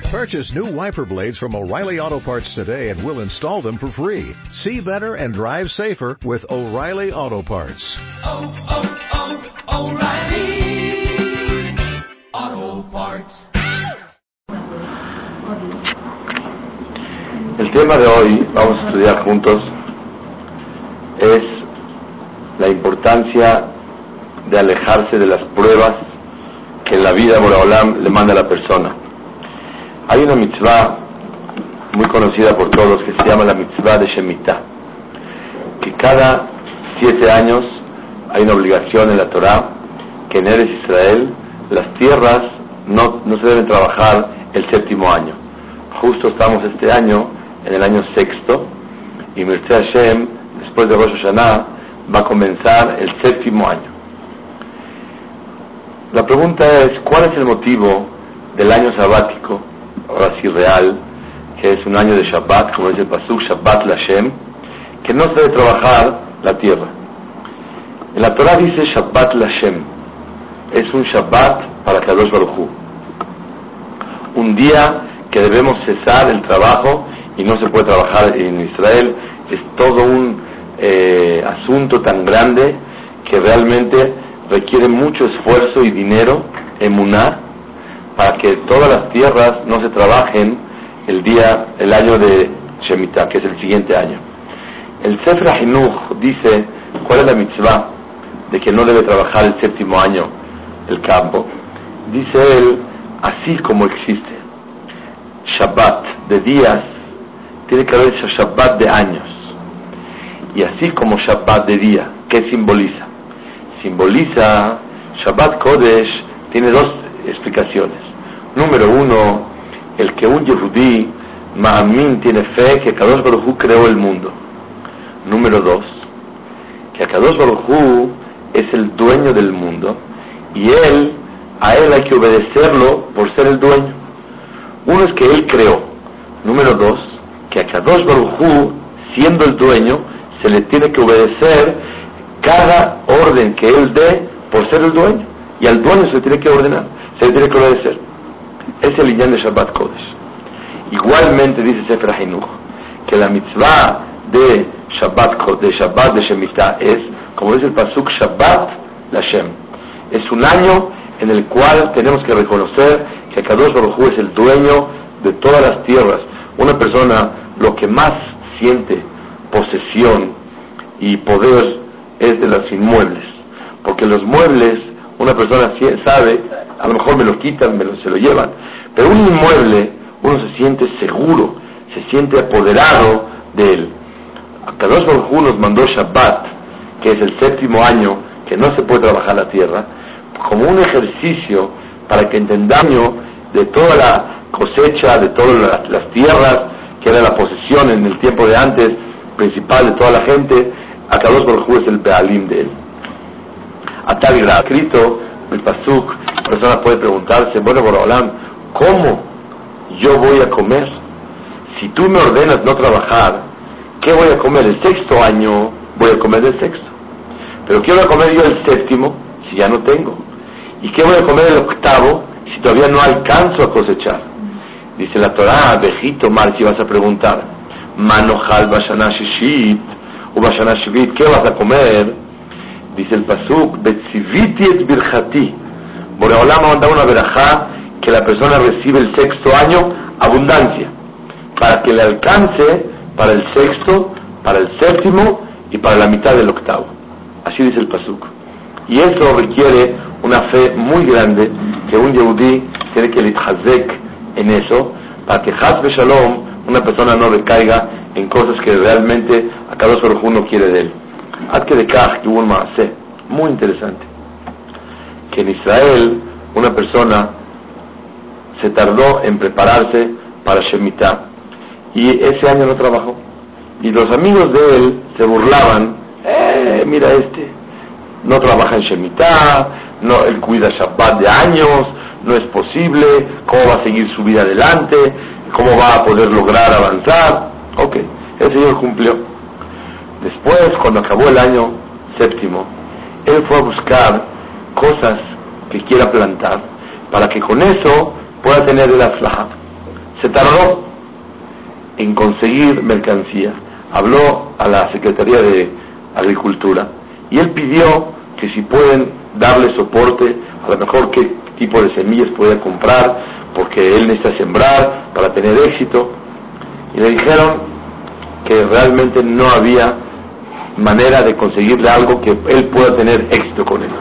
Purchase new wiper blades from O'Reilly Auto Parts today and we'll install them for free. See better and drive safer with O'Reilly Auto Parts. O'Reilly Auto Parts. El tema de hoy, vamos a estudiar juntos, es la importancia de alejarse de las pruebas que en la vida Boreolam le manda a la persona. Hay una mitzvah muy conocida por todos que se llama la mitzvah de Shemitah, que cada 7 años hay una obligación en la Torah que en Eretz Israel las tierras no se deben trabajar el 7º año. Justo estamos este año en el año 6º y Mircea Hashem, después de Rosh Hashanah, va a comenzar el 7º año. La pregunta es, ¿cuál es el motivo del año sabático, ahora sí real, que es un año de Shabbat, como dice el Pasuk, Shabbat Lashem, que no se debe trabajar la tierra? En la Torah dice Shabbat Lashem, es un Shabbat para Kadosh Baruj Hu, un día que debemos cesar el trabajo y no se puede trabajar en Israel. Es todo un asunto tan grande que realmente requiere mucho esfuerzo y dinero, emuná, para que todas las tierras no se trabajen el año de Shemitah, que es el siguiente año. El Sefer HaChinuch dice cuál es la mitzvah de que no debe trabajar el 7º año el campo. Dice él, así como existe Shabbat de días, tiene que haber Shabbat de años. Y así como Shabbat de día, ¿qué simboliza? Simboliza Shabbat Kodesh, tiene 2 explicaciones. Número 1, el que un Yehudí Ma'amin tiene fe que Kadosh Baruj Hu creó el mundo. Número 2, que Kadosh Baruj Hu es el dueño del mundo y a él hay que obedecerlo por ser el dueño. Uno es que él creó. Número 2, que a Kadosh Baruj Hu, siendo el dueño, se le tiene que obedecer cada orden que él dé por ser el dueño, y al dueño se le tiene que ordenar, se le tiene que obedecer. Es el inyan de Shabbat Kodesh. Igualmente dice Sefer HaChinuch que la mitzvah de Shabbat de Shemitah es, como dice el Pasuk, Shabbat Lashem. Es un año en el cual tenemos que reconocer que Kadosh Baruj Hu es el dueño de todas las tierras. Una persona lo que más siente posesión y poder es de los inmuebles, porque los muebles una persona sabe, a lo mejor me lo quitan, se lo llevan, pero un inmueble uno se siente seguro, se siente apoderado de él. Kadosh Baruj Hu nos mandó Shabbat, que es el 7º año que no se puede trabajar la tierra, como un ejercicio para que entendamos de toda la cosecha, de todas las tierras, que era la posesión en el tiempo de antes, principal de toda la gente. Kadosh Baruj Hu es el Bealim de él. A tal grado, escrito el Pasuk, la persona puede preguntarse, bueno, Boreolam, ¿cómo yo voy a comer? Si tú me ordenas no trabajar, ¿qué voy a comer? El 6º año voy a comer del 6º. Pero ¿qué voy a comer yo el 7º si ya no tengo? ¿Y qué voy a comer el 8º si todavía no alcanzo a cosechar? Dice la Torah, Bejito Mar, si vas a preguntar, Manochal Bashana Shishit o Bashana Shivit, ¿qué vas a comer? Dice el Pasuk, Betziviti et Birchati. Boreolam ha mandado una verajá que la persona recibe el 6º año abundancia, para que le alcance para el 6º, para el 7º y para la mitad del 8º. Así dice el Pasuk. Y eso requiere una fe muy grande, que un Yehudí tiene que litchazek en eso, para que Chas v'Shalom una persona no recaiga en cosas que realmente a Kadosh Baruj Hu no quiere de él. Ad que de Kach tuvo un maaseh muy interesante, que en Israel una persona se tardó en prepararse para Shemitah y ese año no trabajó, y los amigos de él se burlaban, mira no trabaja en Shemitah, no, él cuida Shabbat de años, no es posible, ¿cómo va a seguir su vida adelante? ¿Cómo va a poder lograr avanzar? Ok, el Señor cumplió. Después, cuando acabó el año 7º, él fue a buscar cosas que quiera plantar, para que con eso pueda tener el aflajá. Se tardó en conseguir mercancía. Habló a la Secretaría de Agricultura y él pidió que si pueden darle soporte, a lo mejor qué tipo de semillas podía comprar, porque él necesita sembrar para tener éxito. Y le dijeron que realmente no había manera de conseguirle algo que él pueda tener éxito con él.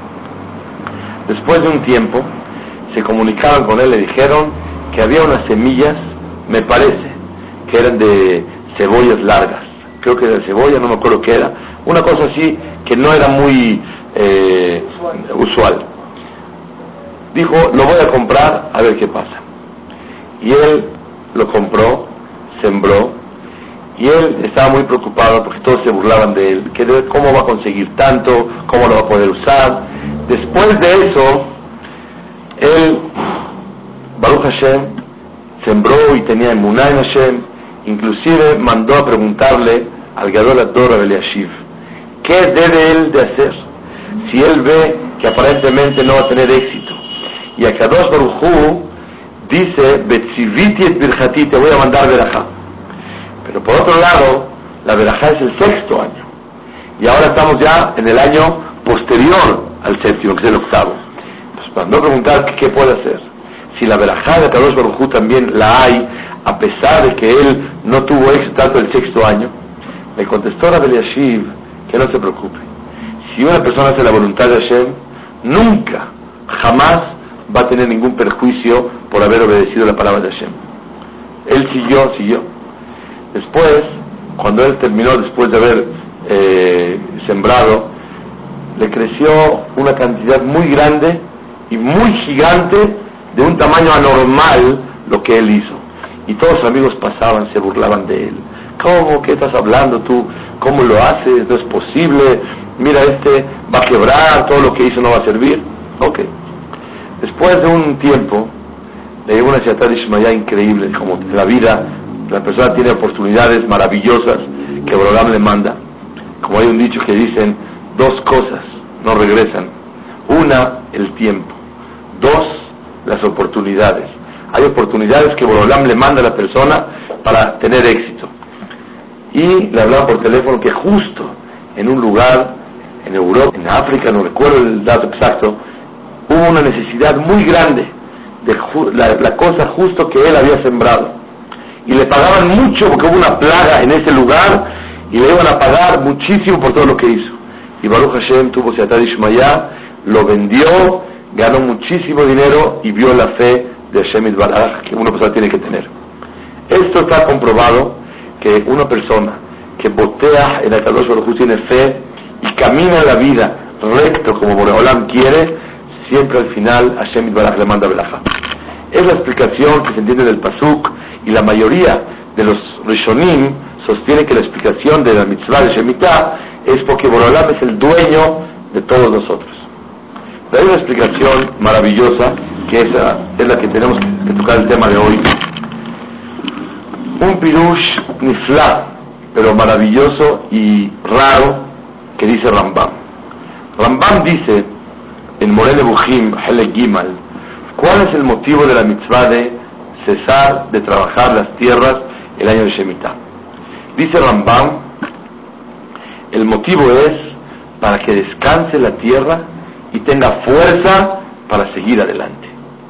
Después de un tiempo se comunicaron con él, le dijeron que había unas semillas, me parece que eran de cebollas largas, creo que de cebolla, no me acuerdo qué era, una cosa así que no era muy usual. Dijo, lo voy a comprar a ver qué pasa. Y él lo compró, sembró, y él estaba muy preocupado porque todos se burlaban de él, que cómo va a conseguir tanto, cómo lo va a poder usar. Después de eso, él, Baruch Hashem, sembró y tenía emuná en Hashem. Inclusive mandó a preguntarle al Gadol Ador Eliashiv, ¿qué debe él de hacer si él ve que aparentemente no va a tener éxito? Y a Kadosh Baruj Hu dice, Betziviti et birjati, te voy a mandar verajá. Pero por otro lado, la verajá es el 6º año, y ahora estamos ya en el año posterior al 7º, que es el 8º. Entonces mandó a preguntar qué puede hacer. Si la verajá de Kadosh Baruj Hu también la hay, a pesar de que él no tuvo éxito tanto el 6º año. Le contestó Rabbi Eliashiv que no se preocupe. Si una persona hace la voluntad de Hashem, nunca, jamás va a tener ningún perjuicio por haber obedecido la palabra de Hashem. Él siguió. Después, cuando él terminó, después de haber sembrado, le creció una cantidad muy grande y muy gigante, de un tamaño anormal, lo que él hizo. Y todos sus amigos pasaban, se burlaban de él. ¿Cómo? ¿Qué estás hablando tú? ¿Cómo lo haces? No es posible. Mira, va a quebrar, todo lo que hizo no va a servir. Ok. Después de un tiempo, le llegó una Siyatá Dishmaya increíble, como en la vida, la persona tiene oportunidades maravillosas que Borolam le manda. Como hay un dicho que dicen, 2 cosas no regresan. Una, el tiempo. 2, las oportunidades. Hay oportunidades que Borolam le manda a la persona para tener éxito. Y le hablaba por teléfono que justo en un lugar, en Europa, en África, no recuerdo el dato exacto, hubo una necesidad muy grande de la cosa justo que él había sembrado. Y le pagaban mucho porque hubo una plaga en ese lugar y le iban a pagar muchísimo por todo lo que hizo. Y Baruch Hashem tuvo Siyatá Dishmaya, lo vendió, ganó muchísimo dinero y vio la fe de Hashem Yitbaraj que una persona tiene que tener. Esto está comprobado, que una persona que botea en el Kadosh Baruj Hu tiene fe y camina en la vida recto como Boreolam quiere, siempre al final Hashem Yitbaraj le manda verajá. Es la explicación que se entiende del Pasuk, y la mayoría de los Rishonim sostiene que la explicación de la mitzvah de Shemitah es porque Boreolam es el dueño de todos nosotros. Pero hay una explicación maravillosa, que esa es la que tenemos que tocar el tema de hoy. Un pirush niflá, pero maravilloso y raro, que dice Rambam. Rambam dice en Moreh Nevuchim, Helek Gimal, ¿cuál es el motivo de la mitzvah de cesar de trabajar las tierras el año de Shemitah? Dice Rambam, el motivo es para que descanse la tierra y tenga fuerza para seguir adelante.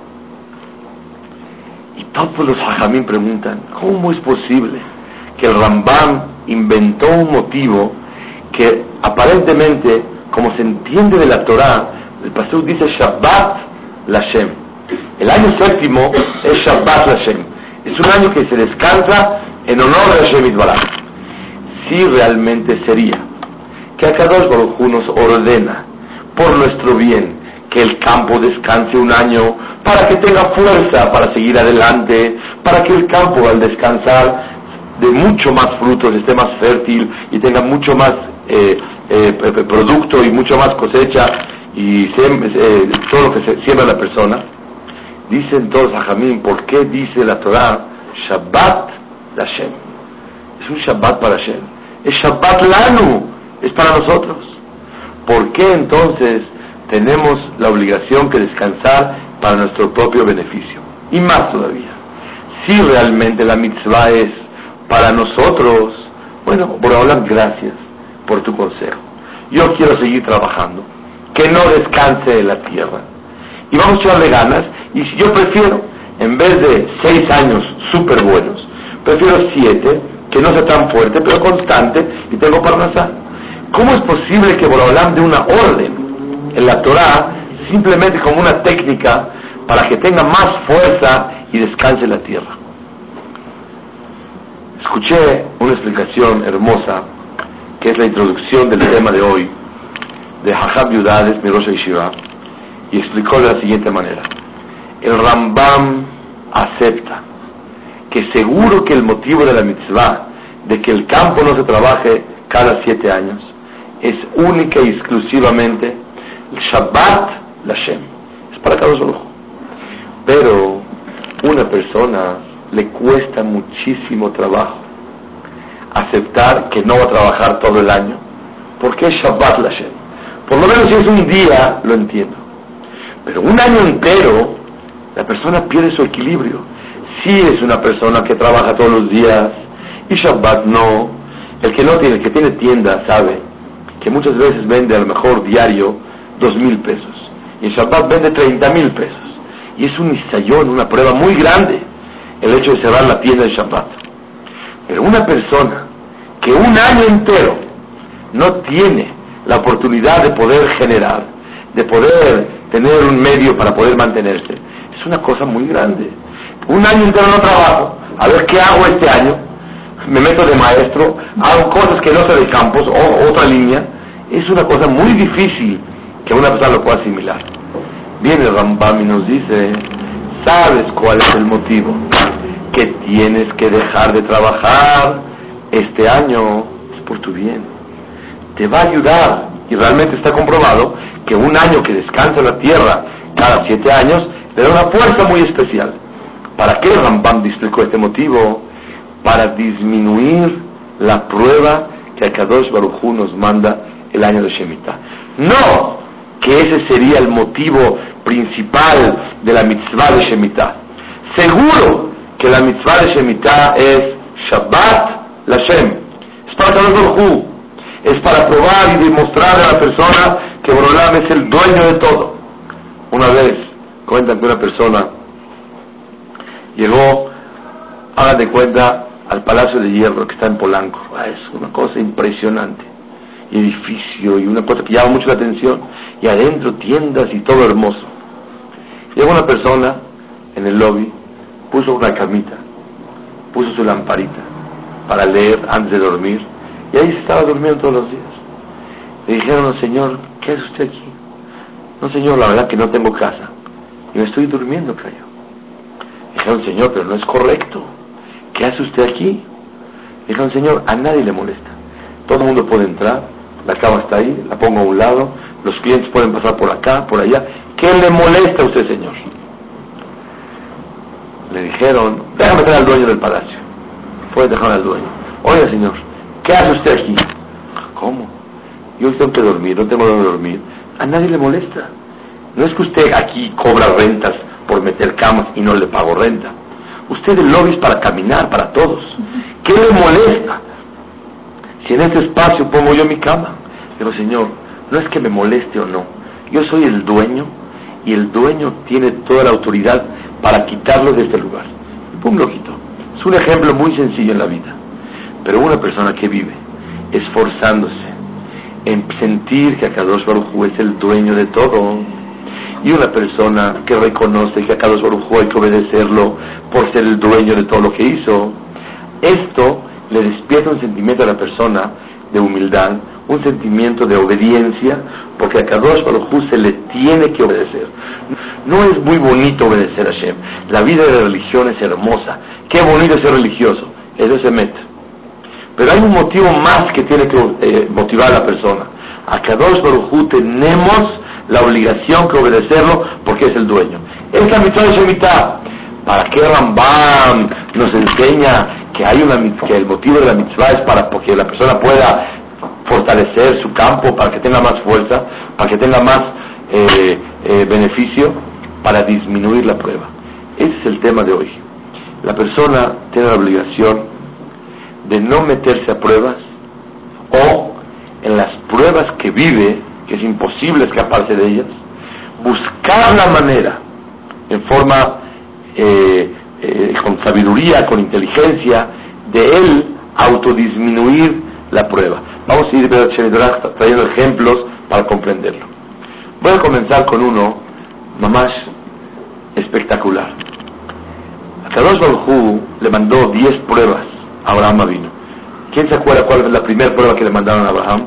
Y todos los hajamim preguntan, ¿cómo es posible que el Rambam inventó un motivo que aparentemente, como se entiende de la Torah, el pasuk dice Shabbat Lashem? El año 7º es Shabbat Lashem, es un año que se descansa en honor de Hashem Yitbaraj. Si realmente sería que Akadosh Baruj Hu nos ordena por nuestro bien que el campo descanse un año para que tenga fuerza para seguir adelante, para que el campo al descansar de mucho más frutos esté más fértil y tenga mucho más producto y mucho más cosecha y todo lo que se siembra la persona. Dicen todos Hajamim, ¿por qué dice la Torah Shabbat Lashem? Es un Shabbat para Hashem, es Shabbat Lanu, es para nosotros. ¿Por qué entonces tenemos la obligación que descansar para nuestro propio beneficio? Y más todavía, si realmente la mitzvah es para nosotros, bueno, Boreolam, gracias por tu consejo. Yo quiero seguir trabajando, que no descanse de la tierra. Y vamos a echarle ganas, y si yo prefiero, en vez de 6 años súper buenos, prefiero 7, que no sea tan fuerte, pero constante, y tengo parnasá. ¿Cómo es posible que Boreolam dé una orden en la Torah, simplemente como una técnica, para que tenga más fuerza y descanse la tierra? Escuché una explicación hermosa, que es la introducción del tema de hoy, de Jajam Yudades, mi Rosh Yeshiva, y explicó de la siguiente manera. El Rambam acepta que seguro que el motivo de la mitzvah, de que el campo no se trabaje cada 7 años, es única y exclusivamente el Shabbat Lashem. Es para cada uno. Pero una persona le cuesta muchísimo trabajo aceptar que no va a trabajar todo el año, porque es Shabbat Lashem. Por lo menos si es un día, lo entiendo. Pero un año entero, la persona pierde su equilibrio. Si es una persona que trabaja todos los días y Shabbat no, el que no tiene, el que tiene tienda, sabe que muchas veces vende a lo mejor diario 2,000 pesos y en Shabbat vende 30,000 pesos, y es un nisayón, una prueba muy grande el hecho de cerrar la tienda en Shabbat. Pero una persona que un año entero no tiene la oportunidad de poder generar, de poder tener un medio para poder mantenerse, es una cosa muy grande. Un año entero no trabajo, a ver qué hago este año, me meto de maestro, hago cosas que no sé de campos, o otra línea. Es una cosa muy difícil que una persona lo pueda asimilar. Viene el Rambam y nos dice, ¿sabes cuál es el motivo? Que tienes que dejar de trabajar este año, es por tu bien. Te va a ayudar, y realmente está comprobado que un año que descansa la tierra cada 7 años le da una fuerza muy especial. ¿Para qué el Rambam explicó este motivo? Para disminuir la prueba que Akadosh Baruj Hu nos manda el año de Shemitah. No que ese sería el motivo principal de la mitzvah de Shemitah. Seguro que la mitzvah de Shemitah es Shabbat Lashem. Es para Akadosh Baruj Hu. Es para probar y demostrarle a la persona que Boreolam es el dueño de todo. Una vez cuentan que una persona llegó, hagan de cuenta, al Palacio de Hierro que está en Polanco. Es una cosa impresionante, y edificio, y una cosa que llama mucho la atención, y adentro tiendas y todo hermoso. Llegó una persona en el lobby, puso una camita, puso su lamparita para leer antes de dormir, y ahí se estaba durmiendo todos los días. Le dijeron, señor, ¿qué hace usted aquí? No, señor, la verdad que no tengo casa y me estoy durmiendo, cayó. Dijeron, señor, pero no es correcto. ¿Qué hace usted aquí? Dijeron, señor, a nadie le molesta. Todo el mundo puede entrar, la cama está ahí, la pongo a un lado, los clientes pueden pasar por acá, por allá. ¿Qué le molesta a usted, señor? Le dijeron, déjame traer al dueño del palacio. Fue a dejar al dueño. Oiga, señor, ¿qué hace usted aquí? ¿Cómo? Yo tengo que dormir, no tengo donde dormir. A nadie le molesta. No es que usted aquí cobra rentas por meter camas y no le pago renta. Usted el lobby es para caminar, para todos. ¿Qué le molesta? Si en este espacio pongo yo mi cama. Pero señor, no es que me moleste o no. Yo soy el dueño, y el dueño tiene toda la autoridad para quitarlo de este lugar. Y pum, lo quito. Es un ejemplo muy sencillo en la vida. Pero una persona que vive esforzándose en sentir que Akadosh Baruj Hu es el dueño de todo, y una persona que reconoce que Akadosh Baruj Hu hay que obedecerlo por ser el dueño de todo lo que hizo, esto le despierta un sentimiento a la persona de humildad, un sentimiento de obediencia, porque a Akadosh Baruj Hu se le tiene que obedecer. No es muy bonito obedecer a Hashem. La vida de la religión es hermosa. Qué bonito es ser religioso. Eso se mete. Pero hay un motivo más que tiene que motivar a la persona. A Akadosh Baruj Hu tenemos la obligación que obedecerlo porque es el dueño. Es la mitzvah de Shemitah. ¿Para qué Rambam nos enseña que que el motivo de la mitzvah es porque la persona pueda fortalecer su campo, para que tenga más fuerza, para que tenga más beneficio, para disminuir la prueba? Ese es el tema de hoy. la persona tiene la obligación de no meterse a pruebas, o en las pruebas que vive, que es imposible escaparse de ellas, buscar la manera, en forma con sabiduría, con inteligencia, de él autodisminuir la prueba. Vamos a ir trayendo ejemplos para comprenderlo. Voy a comenzar con uno, mamash, espectacular. Kadosh Baruj Hu le mandó 10 pruebas a Abraham Avinu. ¿Quién se acuerda cuál es la primera prueba que le mandaron a Abraham?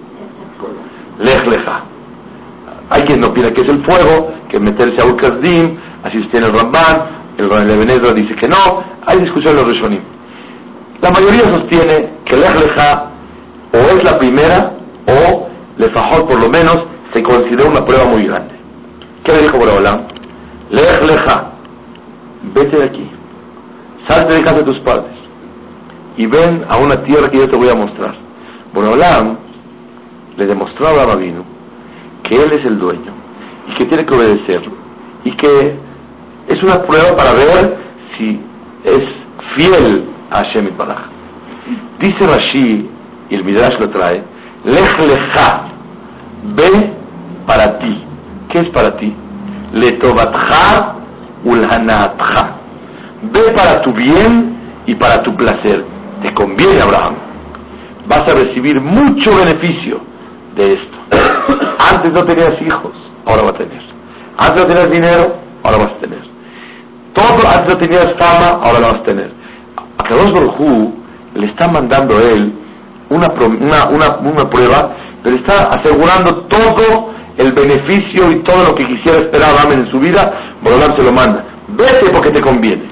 Lech Lecha. Hay quien opina que es el fuego, que meterse a Ur Kasdim, así sostiene el Ramban, el Eben Ezra dice que no, hay discusión en los Rishonim. La mayoría sostiene que Lech Lecha o es la primera, o Lefajot por lo menos se considera una prueba muy grande. ¿Qué le dijo Boreolam? Lech Lecha, vete de aquí, salte de casa de tus padres y ven a una tierra que yo te voy a mostrar. Boreolam le demostró a Abraham Avinu que él es el dueño y que tiene que obedecerlo, y que es una prueba para ver si es fiel a Hashem Yitbaraj. Dice Rashi, y el Midrash lo trae, Lech Lecha, ve para ti. ¿Qué es para ti? Letovatcha ulhanaatcha, ve para tu bien y para tu placer. Te conviene, Abraham, vas a recibir mucho beneficio de esto. Antes no tenías hijos, ahora vas a tener. Antes no tenías dinero, ahora vas a tener. Todo, antes no tenías fama, ahora la vas a tener. A Kadosh Baruj Hu le está mandando a él una prueba, pero está asegurando todo el beneficio y todo lo que quisiera esperar Abraham en su vida. Boreolam se lo manda. Vete porque te conviene.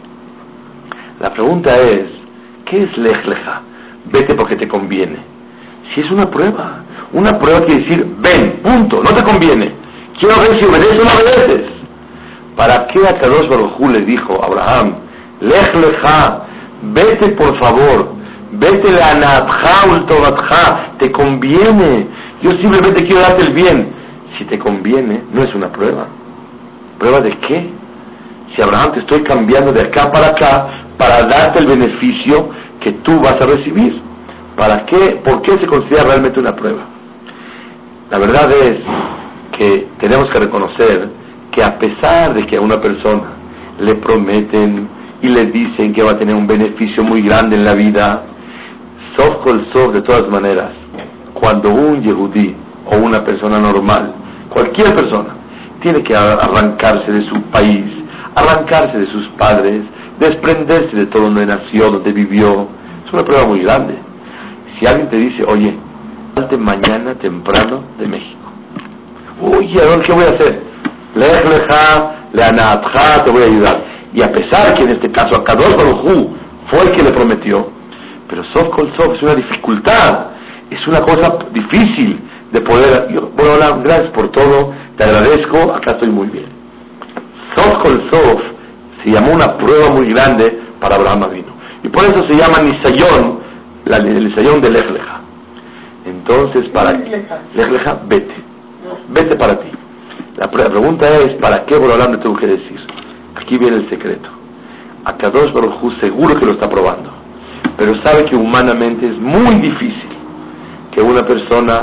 La pregunta es, ¿qué es Lech Lecha? Vete porque te conviene. Si es una prueba quiere decir, ven, punto, no te conviene. Quiero ver si obedeces o no obedeces. ¿Para qué a Kadosh Baruj Hu le dijo a Abraham, Lech Lecha, vete por favor, vete la anatja ultovatja, te conviene, yo simplemente quiero darte el bien? Si te conviene, no es una prueba. ¿Prueba de qué? Si Abraham, te estoy cambiando de acá para darte el beneficio que tú vas a recibir. ¿Para qué? ¿Por qué se considera realmente una prueba? La verdad es que tenemos que reconocer que a pesar de que a una persona le prometen y le dicen que va a tener un beneficio muy grande en la vida, sof kol sof, de todas maneras, cuando un yehudí o una persona normal, cualquier persona, tiene que arrancarse de su país, arrancarse de sus padres, desprenderse de todo donde nació, donde vivió, es una prueba muy grande. Si alguien te dice, oye, salte mañana temprano de México, oye, ¿qué voy a hacer? Lech Lecha, Leanatja, te voy a ayudar. Y a pesar que en este caso a Kadosh Baruj Hu fue el que le prometió, pero sof kol sof es una dificultad, es una cosa difícil de poder. Bueno, hola, gracias por todo, te agradezco, acá estoy muy bien. Sof kol sof se llamó una prueba muy grande para Abraham Avinu, y por eso se llama Nisayón, el Nisayón de Lech Lecha. Entonces, para Lech Lecha, vete para ti. La pregunta es, ¿para qué Boreolam le tuvo que decir? Aquí viene el secreto. A Kadosh Baruj Hu seguro que lo está probando, pero sabe que humanamente es muy difícil que una persona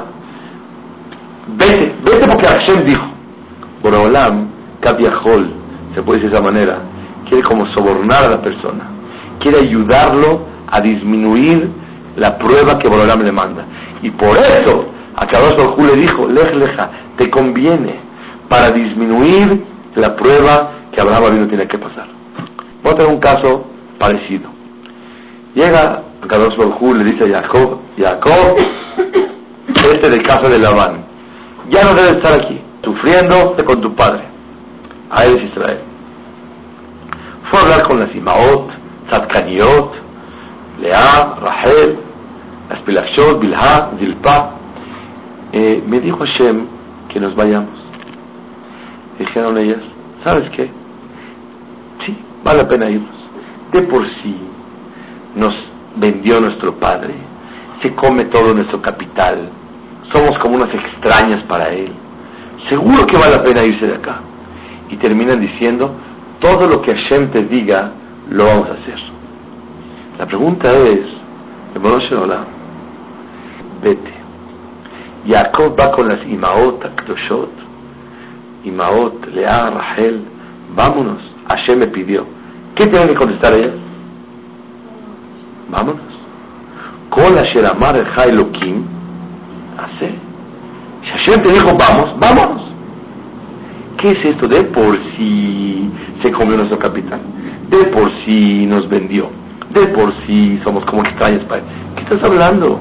vete porque Hashem dijo. Boreolam, Kaviahol, se puede decir de esa manera, quiere como sobornar a la persona, quiere ayudarlo a disminuir la prueba que Boreolam le manda, y por eso a Kadosh Baruj Hu le dijo, Lech Lecha, te conviene, para disminuir la prueba que Abraham Avinu tiene que pasar. Voy a tener un caso parecido. Llega a Kadosh Baruj Hu, le dice a Jacob, del caso de Labán, ya no debes estar aquí, sufriendo con tu padre. A él es Israel. Fue a hablar con las Imaot, Tzadkaniot, Lea, Rachel, las Pilashot, Bilha, Zilpa. Me dijo Hashem que nos vayamos. Dijeron ellas, ¿sabes qué? Sí, vale la pena irnos. De por sí nos vendió nuestro padre, se come todo nuestro capital, somos como unas extrañas para él, seguro que vale la pena irse de acá. Y terminan diciendo, todo lo que Hashem te diga lo vamos a hacer. La pregunta es, vete. Jacob va con las Imaot, Akdoshot, Imaot, Lea, Rachel, vámonos. Hashem me pidió. ¿Qué tienen que contestar ellas? Vámonos. Kol asher amar el Elokim, hace. Si Hashem te dijo vamos, vámonos. ¿Qué es esto? De por sí se comió nuestro capitán, de por sí nos vendió, de por sí somos como extraños para él. ¿Qué estás hablando?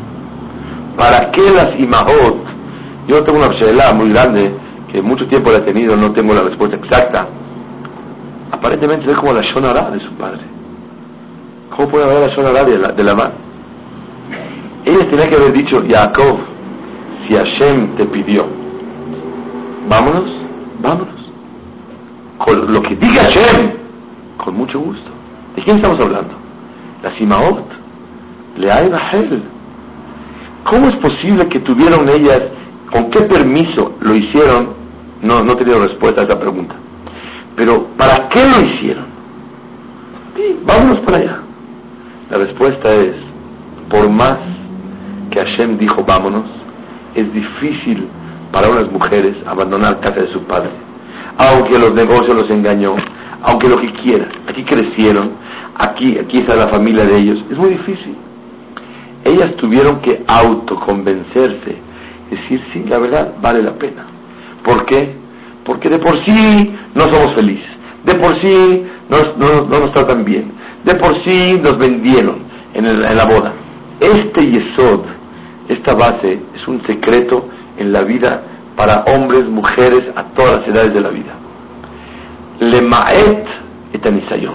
¿Para qué las Imahot? Yo tengo una sheela muy grande que mucho tiempo la he tenido, no tengo la respuesta exacta. Aparentemente es como la Shonara de su padre. ¿Cómo puede haber la Shonara de la mano? Ellas tenían que haber dicho, Jacob, si Hashem te pidió, vámonos, vámonos. Con lo que diga Hashem, con mucho gusto. ¿De quién estamos hablando? Las Imaot, Lea y Rachel. ¿Cómo es posible que tuvieron ellas, con qué permiso lo hicieron? No he tenido respuesta a esa pregunta. Pero, ¿para qué lo hicieron? Sí, vámonos para allá. La respuesta es, por más que Hashem dijo vámonos, es difícil para unas mujeres abandonar casa de su padre. Aunque los negocios los engañó, aunque lo que quieran. Aquí crecieron, aquí está la familia de ellos. Es muy difícil. Ellas tuvieron que autoconvencerse, decir, sí, la verdad vale la pena. ¿Por qué? Porque de por sí no somos felices, de por sí no nos tratan bien, de por sí nos vendieron en la boda. Este yesod, esta base, es un secreto en la vida para hombres, mujeres, a todas las edades de la vida. Lemaet et anisayon,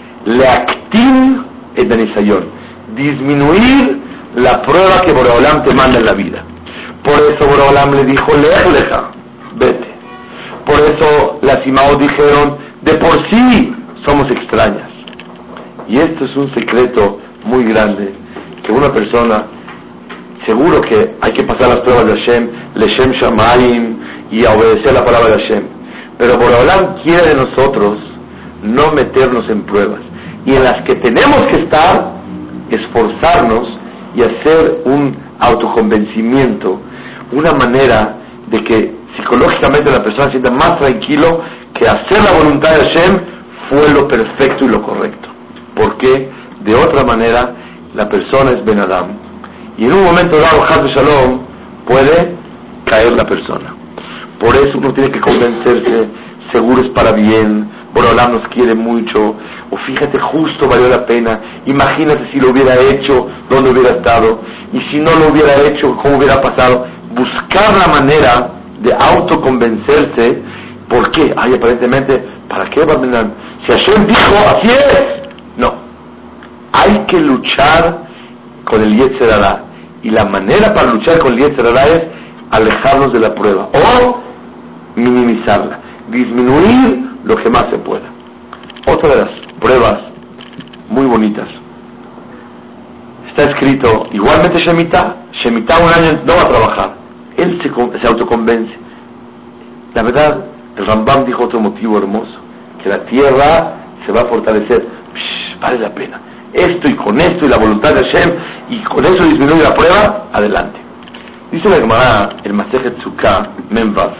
leaktin et anisayon, disminuir la prueba que Boreolam te manda en la vida. Por eso Boreolam le dijo, leja, vete. Por eso las Imaot dijeron, de por sí somos extrañas. Y esto es un secreto muy grande, que una persona, seguro que hay que pasar las pruebas de Hashem, Leshem Shamayim, y a obedecer la palabra de Hashem. Pero Boreolam quiere de nosotros no meternos en pruebas. Y en las que tenemos que estar, esforzarnos y hacer un autoconvencimiento, una manera de que psicológicamente la persona se sienta más tranquilo, que hacer la voluntad de Hashem fue lo perfecto y lo correcto. Porque de otra manera la persona es Ben Adam, y en un momento dado, Chas v'Shalom, puede caer la persona. Por eso uno tiene que convencerse, seguro es para bien, Boreolam nos quiere mucho, o fíjate, justo valió la pena, imagínate si lo hubiera hecho, dónde hubiera estado, y si no lo hubiera hecho, cómo hubiera pasado. Buscar la manera de autoconvencerse. ¿Por qué? Aparentemente, ¿para qué, Barmenán? Si Hashem dijo, así es. No. Hay que luchar con el Yetzer Hara. Y la manera para luchar con el Yetzer Hara es alejarnos de la prueba. O minimizarla. Disminuir lo que más se pueda. Otra de las pruebas muy bonitas. Está escrito, igualmente Shemitah un año no va a trabajar. Él se autoconvence. La verdad, el Rambam dijo otro motivo hermoso, que la tierra se va a fortalecer. Vale la pena. Esto y con esto y la voluntad de Hashem, y con eso disminuye la prueba, adelante. Dice la Gemara, el Masejet Sukkah, Memvav.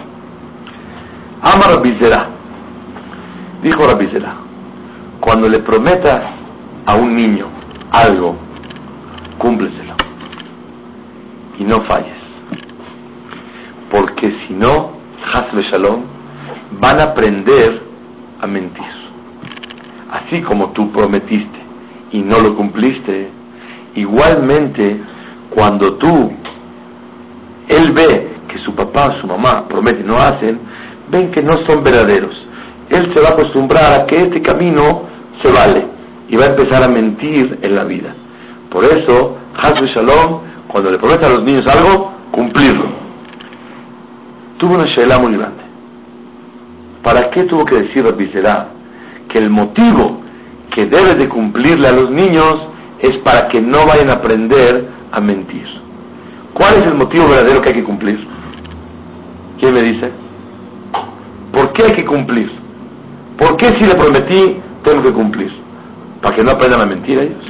Amar Rabbi Zera. Dijo Rabbi Zera, cuando le prometas a un niño algo, cúmpleselo. Y no falles. Porque si no, Chas v'Shalom, van a aprender a mentir. Así como tú prometiste y no lo cumpliste, igualmente cuando él ve que su papá, su mamá prometen y no hacen, ven que no son verdaderos. Él se va a acostumbrar a que este camino se vale y va a empezar a mentir en la vida. Por eso, Chas v'Shalom, cuando le prometes a los niños algo, cumplirlo. Tuvo una sheela muy grande. ¿Para qué tuvo que decir Rabbi Zera que el motivo que debes de cumplirle a los niños es para que no vayan a aprender a mentir? ¿Cuál es el motivo verdadero que hay que cumplir? ¿Quién me dice? ¿Por qué hay que cumplir? ¿Por qué si le prometí tengo que cumplir? ¿Para que no aprendan a mentir ellos?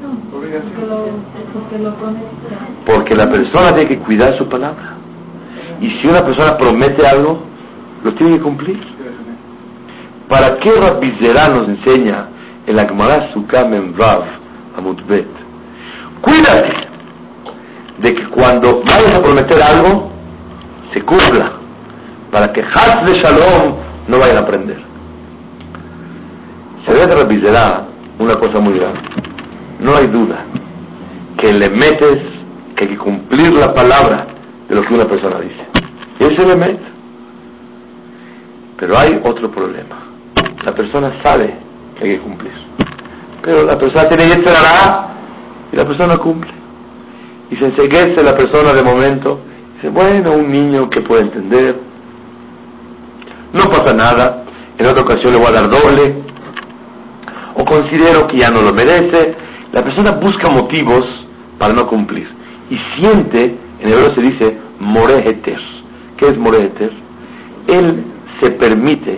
Porque la persona tiene que cuidar su palabra. Y si una persona promete algo, lo tiene que cumplir. ¿Para qué Rabbi Zerah nos enseña en la Gemara Sukkah Memvav Amud Bet? Cuídate de que cuando vayas a prometer algo, se cumpla, para que Haz de Shalom no vayan a aprender. Se ve de Rabbi Zerah una cosa muy grande. No hay duda que le metes que hay que cumplir la palabra de lo que una persona dice. Y él se le mete. Pero hay otro problema. La persona sabe que hay que cumplir, pero la persona tiene que esperar y la persona cumple. Y se enseguece la persona de momento. Dice, bueno, un niño que puede entender, no pasa nada, en otra ocasión le voy a dar doble, o considero que ya no lo merece. La persona busca motivos para no cumplir y siente, en hebreo se dice moreh heter. ¿Qué es moreh heter? Él se permite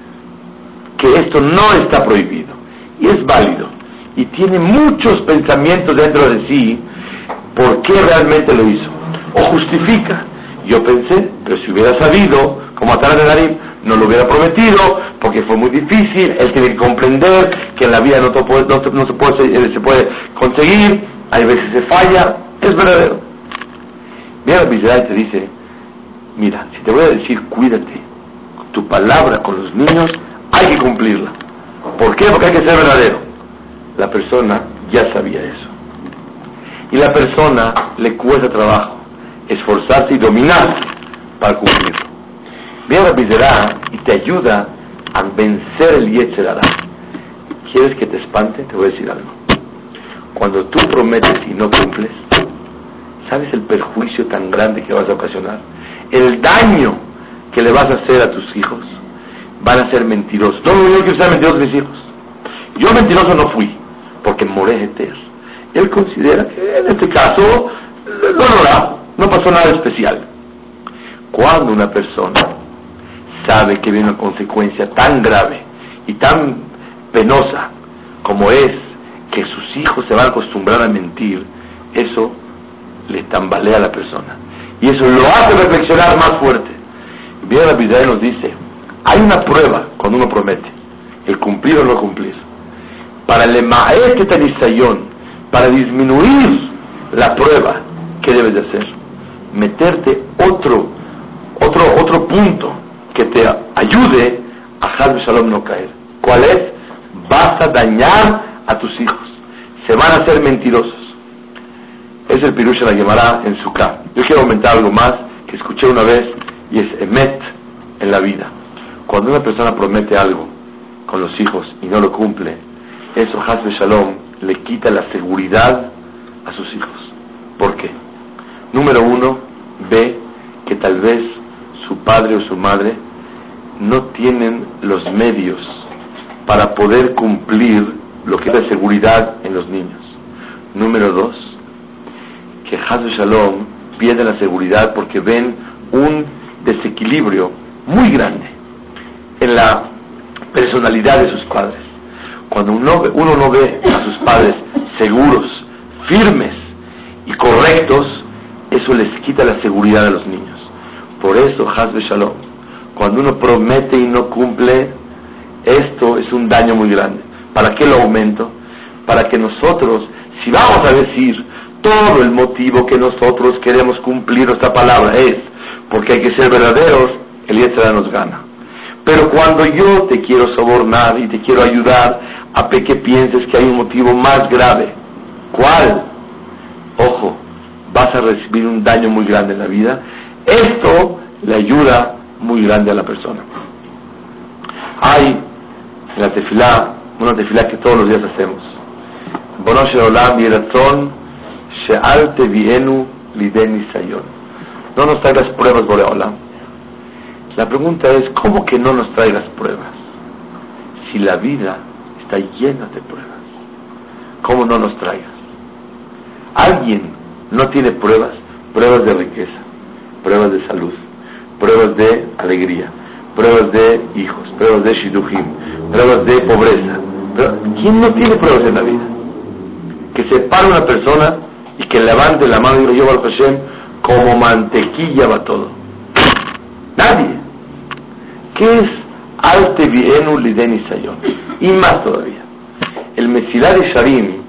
que esto no está prohibido y es válido y tiene muchos pensamientos dentro de sí por qué realmente lo hizo, o justifica. Yo pensé, pero si hubiera sabido cómo atar a Nedarim, no lo hubiera prometido, porque fue muy difícil. Él tiene que comprender que en la vida no se puede conseguir, hay veces se falla. Es verdadero. Mira, Bisray te dice, mira, si te voy a decir cuídate, tu palabra con los niños hay que cumplirla. ¿Por qué? Porque hay que ser verdadero. La persona ya sabía eso, y la persona le cuesta trabajo esforzarse y dominar para cumplirlo. Viene Rabbi Zerah y te ayuda a vencer el Yetzer Hara. ¿Quieres que te espante? Te voy a decir algo. Cuando tú prometes y no cumples, ¿sabes el perjuicio tan grande que vas a ocasionar? El daño que le vas a hacer a tus hijos. Van a ser mentirosos. No, yo quiero ser mentiroso mis hijos. Yo mentiroso no fui, porque moreh heter. Él considera que en este caso no pasó nada especial. Cuando una persona sabe que viene una consecuencia tan grave y tan penosa como es que sus hijos se van a acostumbrar a mentir, eso le tambalea a la persona y eso lo hace reflexionar más fuerte. Bien, la Biblia nos dice, hay una prueba cuando uno promete, el cumplir o no cumplir. Para el emaet tanisayon, para disminuir la prueba, ¿qué debes de hacer? Meterte otro punto que te ayude a Haz de Shalom no caer. ¿Cuál es? Vas a dañar a tus hijos, se van a hacer mentirosos. Es el pirush de la Gemara en Sukkah. Yo quiero aumentar algo más que escuché una vez, y es emet en la vida. Cuando una persona promete algo con los hijos y no lo cumple, eso Haz de Shalom le quita la seguridad a sus hijos. ¿Por qué? Número uno, ve que tal vez su padre o su madre no tienen los medios para poder cumplir lo que es la seguridad en los niños. Número dos, que Haz de Shalom pierde la seguridad porque ven un desequilibrio muy grande en la personalidad de sus padres. Cuando uno no ve a sus padres seguros, firmes y correctos, eso les quita la seguridad a los niños. Por eso, Haz de Shalom, cuando uno promete y no cumple, esto es un daño muy grande. ¿Para qué lo aumento? Para que nosotros, si vamos a decir todo el motivo que nosotros queremos cumplir nuestra palabra es porque hay que ser verdaderos, el Yetzer Hara nos gana. Pero cuando yo te quiero sobornar y te quiero ayudar a que pienses que hay un motivo más grave, ¿cuál? Ojo, vas a recibir un daño muy grande en la vida. Esto le ayuda muy grande a la persona. Hay en la tefilá, una tefilá que todos los días hacemos. Bono shel olam yiratzon she'al tevienu liden nisayon. No nos traigas pruebas, Borei Olam. La pregunta es, ¿cómo que no nos traigas pruebas? Si la vida está llena de pruebas, ¿cómo no nos traigas? Alguien no tiene pruebas, pruebas de riqueza, pruebas de salud, pruebas de alegría, pruebas de hijos, pruebas de shidduchim, pruebas de pobreza. Pero ¿quién no tiene pruebas en la vida? Que se pare una persona y que levante la mano y diga, yo Baruch Hashem, como mantequilla va todo. Nadie. ¿Qué es Al Tevienu Lideni Sayon? Y más todavía. El Mesilá de Sharim,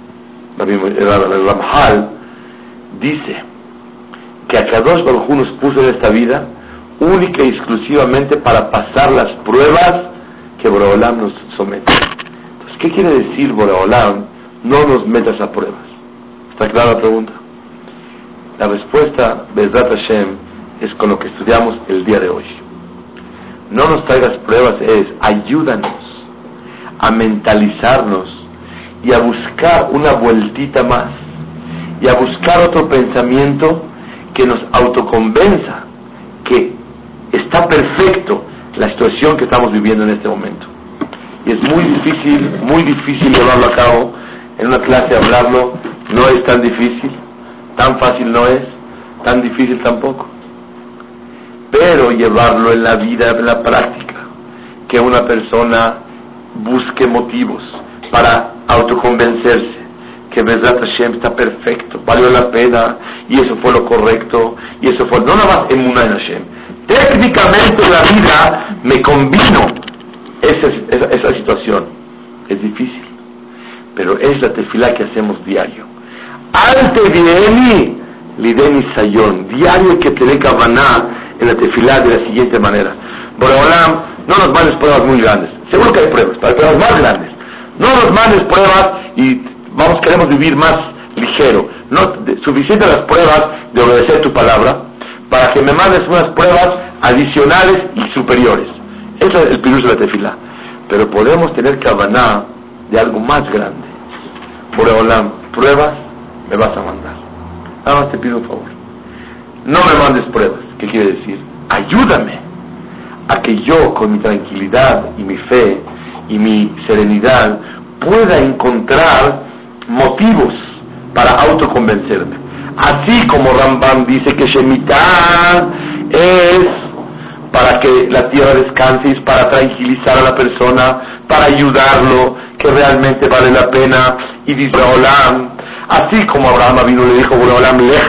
el Ramjal, dice que Akadosh Baruj Hu nos puso en esta vida única y exclusivamente para pasar las pruebas que Boreolam nos somete. Entonces, ¿qué quiere decir Boreolam? No nos metas a pruebas. ¿Está clara la pregunta? La respuesta, Bezrat Hashem, es con lo que estudiamos el día de hoy. No nos traigas pruebas, es ayúdanos a mentalizarnos y a buscar una vueltita más y a buscar otro pensamiento que nos autoconvenza que está perfecto la situación que estamos viviendo en este momento. Y es muy difícil llevarlo a cabo. En una clase hablarlo no es tan difícil, tan fácil no es, tan difícil tampoco. Pero llevarlo en la vida, en la práctica, que una persona busque motivos para autoconvencerse que Bezrat Hashem está perfecto, valió la pena, y eso fue lo correcto, y eso fue, no nada más emuná en Hashem. Técnicamente en la vida me combino esa situación. Es difícil, pero es la tefilá que hacemos diario. Al Tevieni Lideni Sayon, diario que te dé kavaná en la tefilá de la siguiente manera. Boreolam, no nos mandes pruebas muy grandes, seguro que hay pruebas, pero hay pruebas más grandes. No nos mandes pruebas y queremos vivir más ligero. No, suficiente las pruebas de obedecer tu palabra para que me mandes unas pruebas adicionales y superiores. Ese es el pirush de la tefilá. Pero podemos tener kavaná de algo más grande. Boreolam, pruebas me vas a mandar. Nada más te pido un favor. No me mandes pruebas. ¿Qué quiere decir? Ayúdame a que yo, con mi tranquilidad y mi fe y mi serenidad, pueda encontrar motivos para autoconvencerme. Así como Rambam dice que Shemitah es para que la tierra descanse, es para tranquilizar a la persona, para ayudarlo, que realmente vale la pena, y dice Boreolam, así como Abraham vino y le dijo Boreolam, lech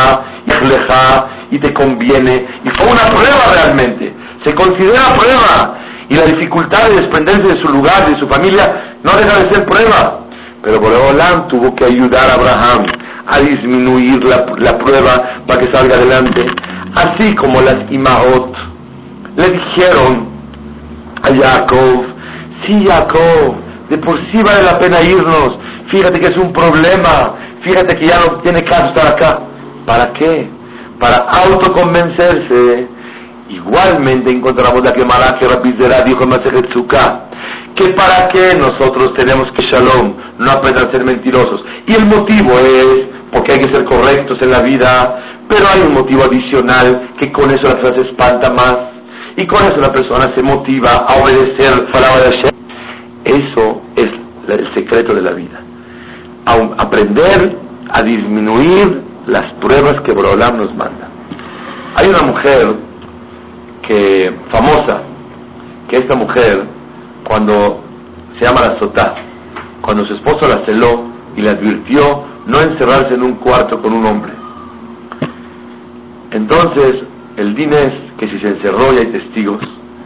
lecha, y te conviene, y fue una prueba realmente, se considera prueba, y la dificultad de desprenderse de su lugar, de su familia, no deja de ser prueba. Pero Boreolam tuvo que ayudar a Abraham a disminuir la prueba para que salga adelante. Así como las Imahot le dijeron a Jacob, sí Jacob, de por sí vale la pena irnos, fíjate que es un problema, fíjate que ya no tiene caso estar acá. ¿Para qué? Para autoconvencerse. Igualmente encontramos la que Malach Rabbi Zera dijo en Masejet Sukkah, que para qué nosotros tenemos que Shalom, no aprender a ser mentirosos. Y el motivo es porque hay que ser correctos en la vida, pero hay un motivo adicional que con eso la persona se espanta más y con eso la persona se motiva a obedecer la palabra de Hashem. Eso es el secreto de la vida. Aprender a disminuir las pruebas que Boreolam nos manda. Hay una mujer famosa, que esta mujer, cuando se llama la Sotá, cuando su esposo la celó y le advirtió no encerrarse en un cuarto con un hombre, entonces el din es que si se encerró y hay testigos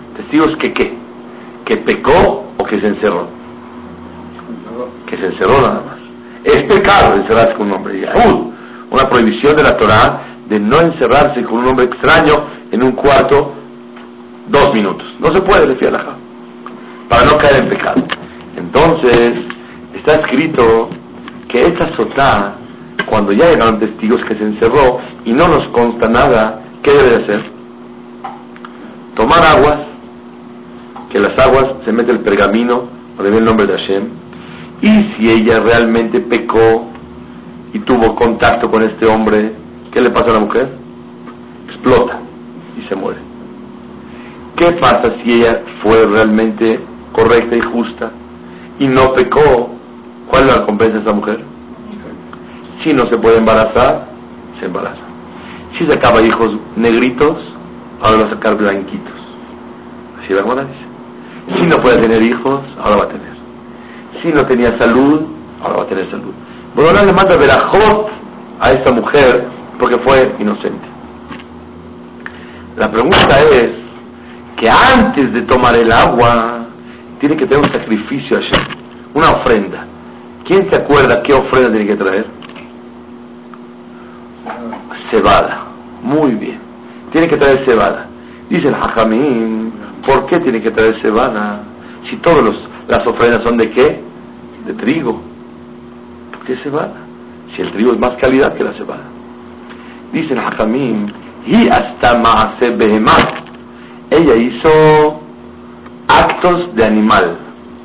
que pecó o que se encerró, que se encerró nada más. Es pecado encerrarse con un hombre. Una prohibición de la Torá de no encerrarse con un hombre extraño en un cuarto 2 minutos. No se puede decir alajá, para no caer en pecado. Entonces está escrito que esta Sotá, cuando ya llegaron testigos, que se encerró y no nos consta nada, ¿qué debe de hacer? Tomar aguas, que las aguas se mete el pergamino donde viene el nombre de Hashem, y si ella realmente pecó y tuvo contacto con este hombre, ¿qué le pasa a la mujer? Explota y se muere. ¿Qué pasa si ella fue realmente correcta y justa y no pecó? ¿Cuál es la recompensa de esa mujer? Si no se puede embarazar, se embaraza. Si sacaba hijos negritos, ahora va a sacar blanquitos. Así la Gemara dice. Si no puede tener hijos, ahora va a tener. Si no tenía salud, ahora va a tener salud. Boreolam le manda verajot a esta mujer porque fue inocente. La pregunta es que antes de tomar el agua tiene que tener un sacrificio allá, una ofrenda. ¿Quién se acuerda qué ofrenda tiene que traer? Cebada. Muy bien. Tiene que traer cebada. Dice el Jajamín, ¿por qué tiene que traer cebada? Si todas las ofrendas son de ¿qué? De trigo. ¿Por qué cebada? Si el trigo es más calidad que la cebada. Dice el Jajamín, y hasta Maase Behemá. Ella hizo actos de animal.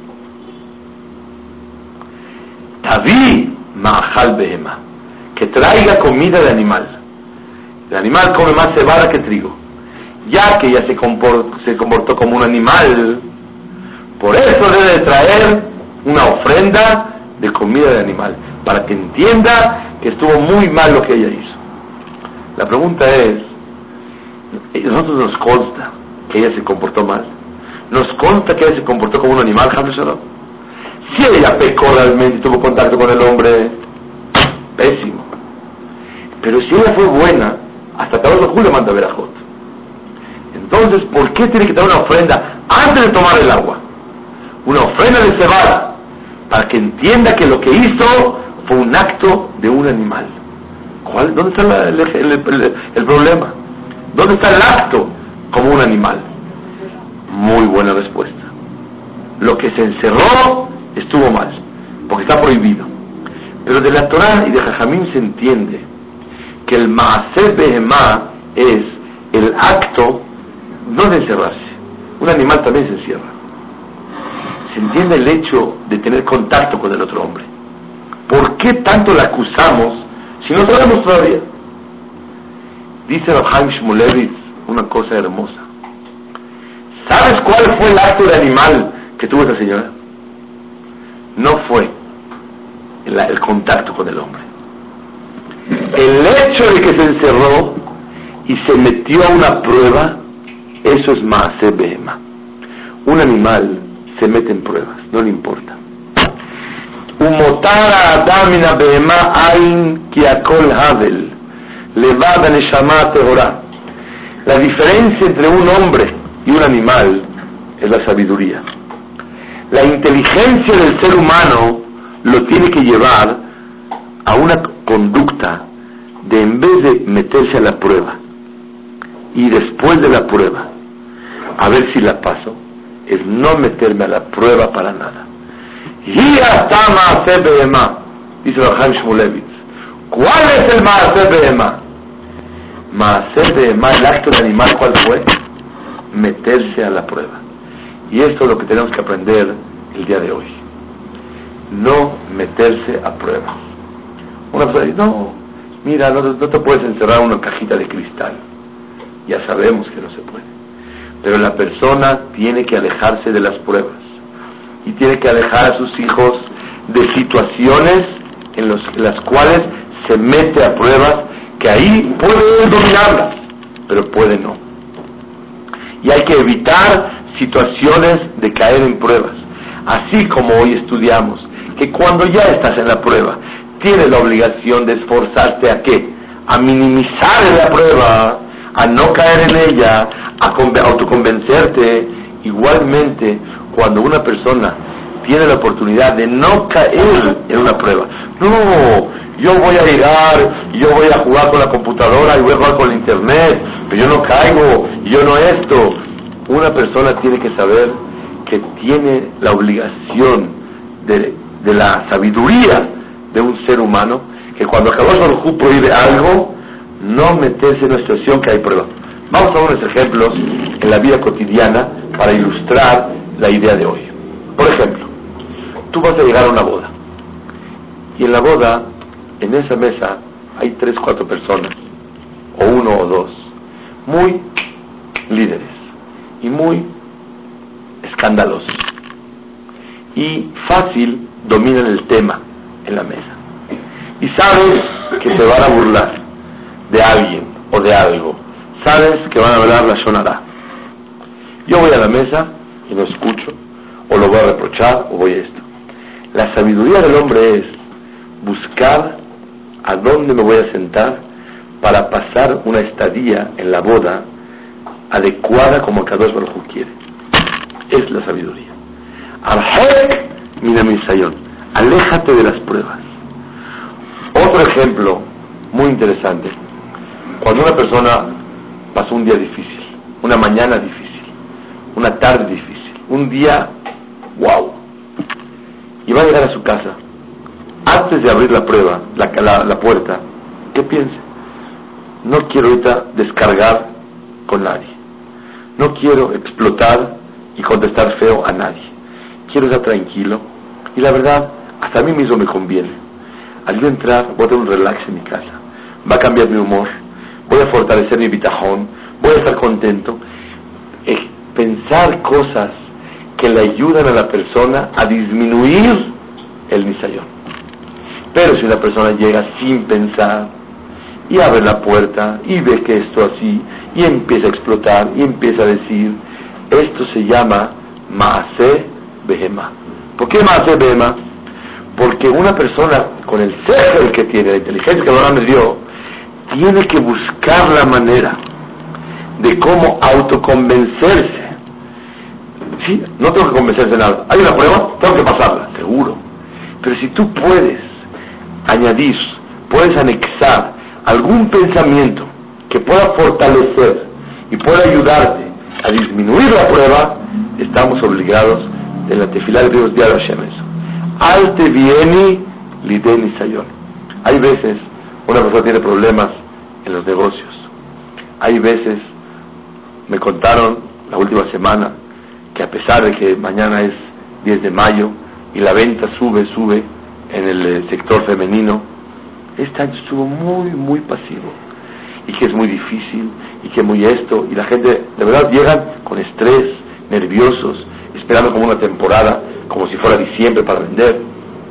Taví Maajal Behemá. Que traiga comida de animal. El animal come más cebada que trigo. Ya que ella se comportó como un animal, por eso debe de traer una ofrenda de comida de animal, para que entienda que estuvo muy mal lo que ella hizo. La pregunta es, ¿a nosotros nos consta que ella se comportó mal? ¿Nos consta que ella se comportó como un animal, Hamlet Shalom? Si ella pecó realmente y tuvo contacto con el hombre, pésimo. Pero si ella fue buena, hasta Kadosh Baruj Hu le manda verajot. Entonces, ¿por qué tiene que dar una ofrenda antes de tomar el agua? Una ofrenda de cebada, para que entienda que lo que hizo fue un acto de un animal. ¿Dónde está el problema? ¿Dónde está el acto como un animal? Muy buena respuesta. Lo que se encerró estuvo mal, porque está prohibido. Pero de la Torah y de Jajamín se entiende que el Maaseh Behemá es el acto no de encerrarse. Un animal también se encierra. Se entiende el hecho de tener contacto con el otro hombre. ¿Por qué tanto la acusamos si no sabemos todavía? Dice Rav Chaim Shmulevitz una cosa hermosa. ¿Sabes cuál fue el acto de animal que tuvo esa señora? No fue el contacto con el hombre. El hecho de que se encerró y se metió a una prueba, eso es Maaseh Behemá. Un animal se mete en pruebas, no le importa. Umotar Adam min Behemá ain ki akol havel levad neshama tehorá. La diferencia entre un hombre y un animal es la sabiduría. La inteligencia del ser humano lo tiene que llevar a una conducta de, en vez de meterse a la prueba y después de la prueba a ver si la paso, es no meterme a la prueba para nada. Y hasta Maaseh Behemá, dice Rav Chaim Shmulevitz. ¿Cuál es el Maaseh Behemá? Maaseh Behemá, el acto de animal, ¿cuál fue? Meterse a la prueba. Y esto es lo que tenemos que aprender el día de hoy. No meterse a prueba. Una persona dice, no, mira, no te puedes encerrar en una cajita de cristal. Ya sabemos que no se puede. Pero la persona tiene que alejarse de las pruebas. Y tiene que alejar a sus hijos de situaciones en las cuales se mete a pruebas, que ahí puede dominarlas, pero puede no. Y hay que evitar situaciones de caer en pruebas. Así como hoy estudiamos, que cuando ya estás en la prueba, tienes la obligación de esforzarte ¿a qué? A minimizar la prueba, a no caer en ella, a autoconvencerte. Igualmente, cuando una persona tiene la oportunidad de no caer en una prueba, no, yo voy a llegar, yo voy a jugar con la computadora y voy a jugar con el internet, pero yo no caigo, yo no esto. Una persona tiene que saber que tiene la obligación de la sabiduría de un ser humano, que cuando Kadosh Baruj Hu prohíbe algo, no meterse en una situación que hay prueba. Vamos a ver unos ejemplos en la vida cotidiana para ilustrar la idea de hoy. Por ejemplo, tú vas a llegar a una boda, y en la boda, en esa mesa, hay 3, 4 personas, o 1 o 2, muy líderes, y muy escandalosos, y fácil dominan el tema en la mesa, y sabes que se van a burlar de alguien o de algo, sabes que van a hablar la shonará. Yo voy a la mesa y no escucho, o lo voy a reprochar, o voy a esto. La sabiduría del hombre es buscar a dónde me voy a sentar para pasar una estadía en la boda adecuada como Kadosh Baruj Hu quiere. Es la sabiduría. Arhek minamisayon, aléjate de las pruebas. Otro ejemplo muy interesante: cuando una persona pasó un día difícil, una mañana difícil, una tarde difícil, un día wow, y va a llegar a su casa, antes de abrir la prueba, la puerta, ¿qué piensa? No quiero ahorita descargar con nadie, no quiero explotar y contestar feo a nadie, quiero estar tranquilo, y la verdad, hasta a mí mismo me conviene. Al yo entrar, voy a tener un relax en mi casa, va a cambiar mi humor, voy a fortalecer mi bitajón, voy a estar contento. Pensar cosas que le ayudan a la persona a disminuir el nisayón. Pero si una persona llega sin pensar y abre la puerta y ve que esto así y empieza a explotar y empieza a decir, esto se llama Maaseh Behemá. ¿Por qué Maaseh Behemá? Porque una persona con el sehel que tiene, la inteligencia que Allah me dio, tiene que buscar la manera de cómo autoconvencerse. Sí, no tengo que convencerse de nada. Hay una prueba, tengo que pasarla, seguro. Pero si tú puedes añadir, puedes anexar algún pensamiento que pueda fortalecer y pueda ayudarte a disminuir la prueba, estamos obligados de la tefilá de Dios de Hashem eso. Alte vieni lideni sayon. Hay veces una persona tiene problemas en los negocios. Hay veces, me contaron la última semana, que a pesar de que mañana es 10 de mayo y la venta sube en el sector femenino, este año estuvo muy pasivo, y que es muy difícil, y que muy esto, y la gente de verdad llegan con estrés, nerviosos, esperando como una temporada, como si fuera diciembre para vender.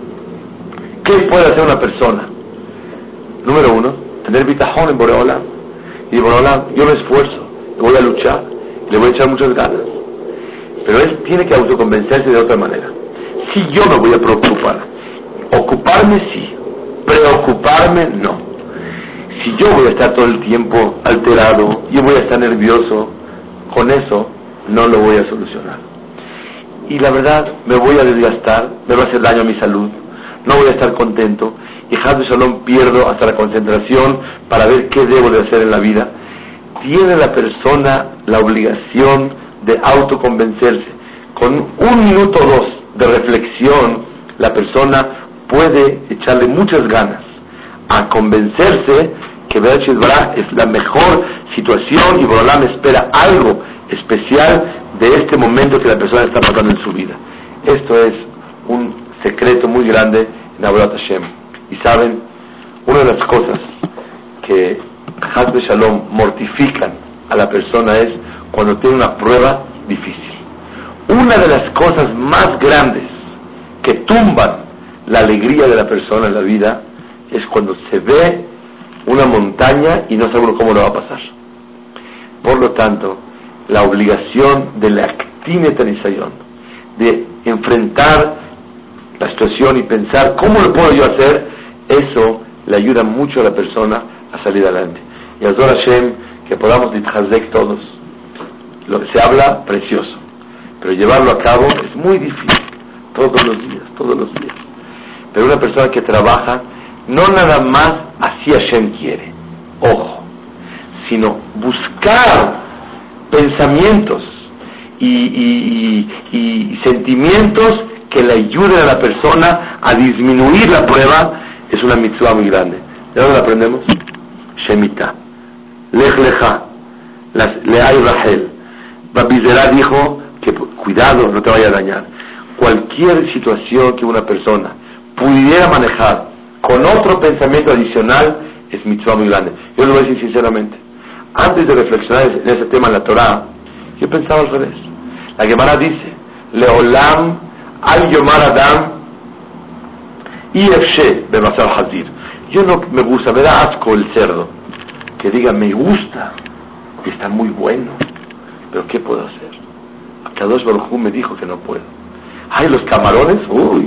¿Qué puede hacer una persona? Número uno, tener bitajón en Boreolam. Y Boreolam, yo me esfuerzo, voy a luchar, le voy a echar muchas ganas. Pero él tiene que autoconvencerse de otra manera. Si yo me voy a preocupar, ocuparme sí, preocuparme no. Si yo voy a estar todo el tiempo alterado, yo voy a estar nervioso, con eso no lo voy a solucionar. Y la verdad, me voy a desgastar, me va a hacer daño a mi salud, no voy a estar contento, y Haz Shalom pierdo hasta la concentración para ver qué debo de hacer en la vida. Tiene la persona la obligación de autoconvencerse. Con 1 minuto o 2 de reflexión, la persona puede echarle muchas ganas a convencerse que Be'etzet Bará es la mejor situación y Borolam espera algo especial de este momento que la persona está pasando en su vida. Esto es un secreto muy grande en Avodat Hashem. Y saben, una de las cosas que Haz Shalom mortifican a la persona es cuando tiene una prueba difícil. Una de las cosas más grandes que tumban la alegría de la persona en la vida es cuando se ve una montaña y no sabe uno cómo lo va a pasar. Por lo tanto, la obligación de la Aktinet Nisayón, de enfrentar la situación y pensar cómo lo puedo yo hacer, eso le ayuda mucho a la persona a salir adelante. Y Azor Hashem, que podamos ditchazek todos. Se habla precioso, pero llevarlo a cabo es muy difícil, todos los días. Pero una persona que trabaja, no nada más así Hashem quiere, ojo, sino buscar pensamientos y sentimientos que le ayuden a la persona a disminuir la prueba, es una mitzvah muy grande. ¿De dónde la aprendemos? Shemitah, Lech Lecha, Leay Rahel. Babizerá dijo que cuidado, no te vaya a dañar. Cualquier situación que una persona pudiera manejar con otro pensamiento adicional es mitzvah muy grande. Yo lo voy a decir sinceramente, antes de reflexionar en ese tema en la Torah, yo pensaba al revés. La Gemara dice, Leolam al Yomar Adam Yefshe Bebasar Hazir. Yo no me gusta, me da asco el cerdo que diga me gusta, está muy bueno, pero ¿qué puedo hacer? Kadosh Baruj Hu me dijo que no puedo. Ay, los camarones, uy,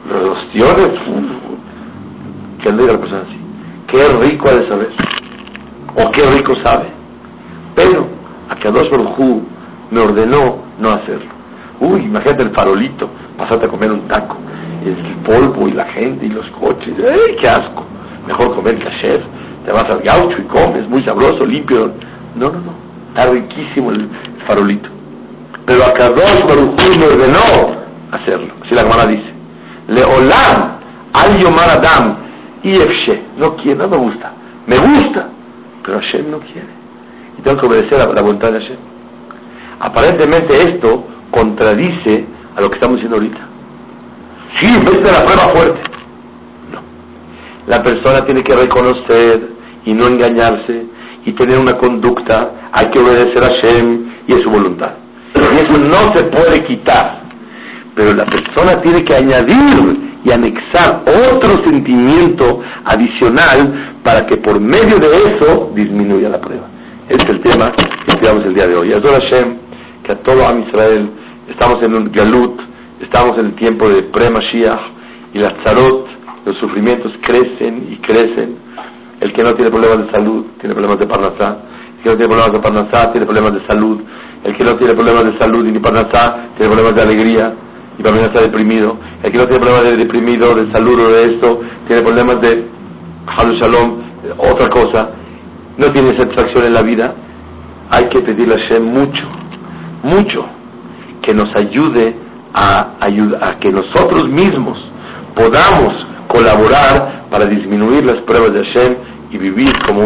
Los ostiones, que le diga a la persona así, qué rico ha de saber, o qué rico sabe, pero Akadosh Baruj Hu me ordenó no hacerlo. Imagínate el farolito, pasarte a comer un taco, el polvo y la gente y los coches, ¡ay, qué asco! Mejor comer kasher, te vas al gaucho y comes, muy sabroso, limpio. No, está riquísimo el farolito. Pero Akadosh Baruj Hu me ordenó hacerlo. Así la Gemara dice, Leolam al Yomar Adam Yefshe, no quiere, no me gusta, me gusta, pero Hashem no quiere, y tengo que obedecer a la voluntad de Hashem. Aparentemente esto contradice a lo que estamos diciendo ahorita. Sí, vete a la prueba fuerte. No, la persona tiene que reconocer y no engañarse y tener una conducta. Hay que obedecer a Hashem y a su voluntad, y eso no se puede quitar, pero la persona tiene que añadir y anexar otro sentimiento adicional para que por medio de eso disminuya la prueba. Este es el tema que estudiamos el día de hoy. Ador Hashem, que a todo Am Israel, estamos en un galut, estamos en el tiempo de pre-Mashiach, y las tzarot, los sufrimientos crecen y crecen. El que no tiene problemas de salud tiene problemas de parnasá, el que no tiene problemas de parnasá tiene problemas de salud, el que no tiene problemas de salud y ni parnasá tiene problemas de alegría y también está deprimido. El que no tiene problemas de deprimido, de salud o de esto, tiene problemas de Halu Shalom, otra cosa, no tiene satisfacción en la vida. Hay que pedirle a Hashem mucho, que nos ayude a que nosotros mismos podamos colaborar para disminuir las pruebas de Hashem y vivir como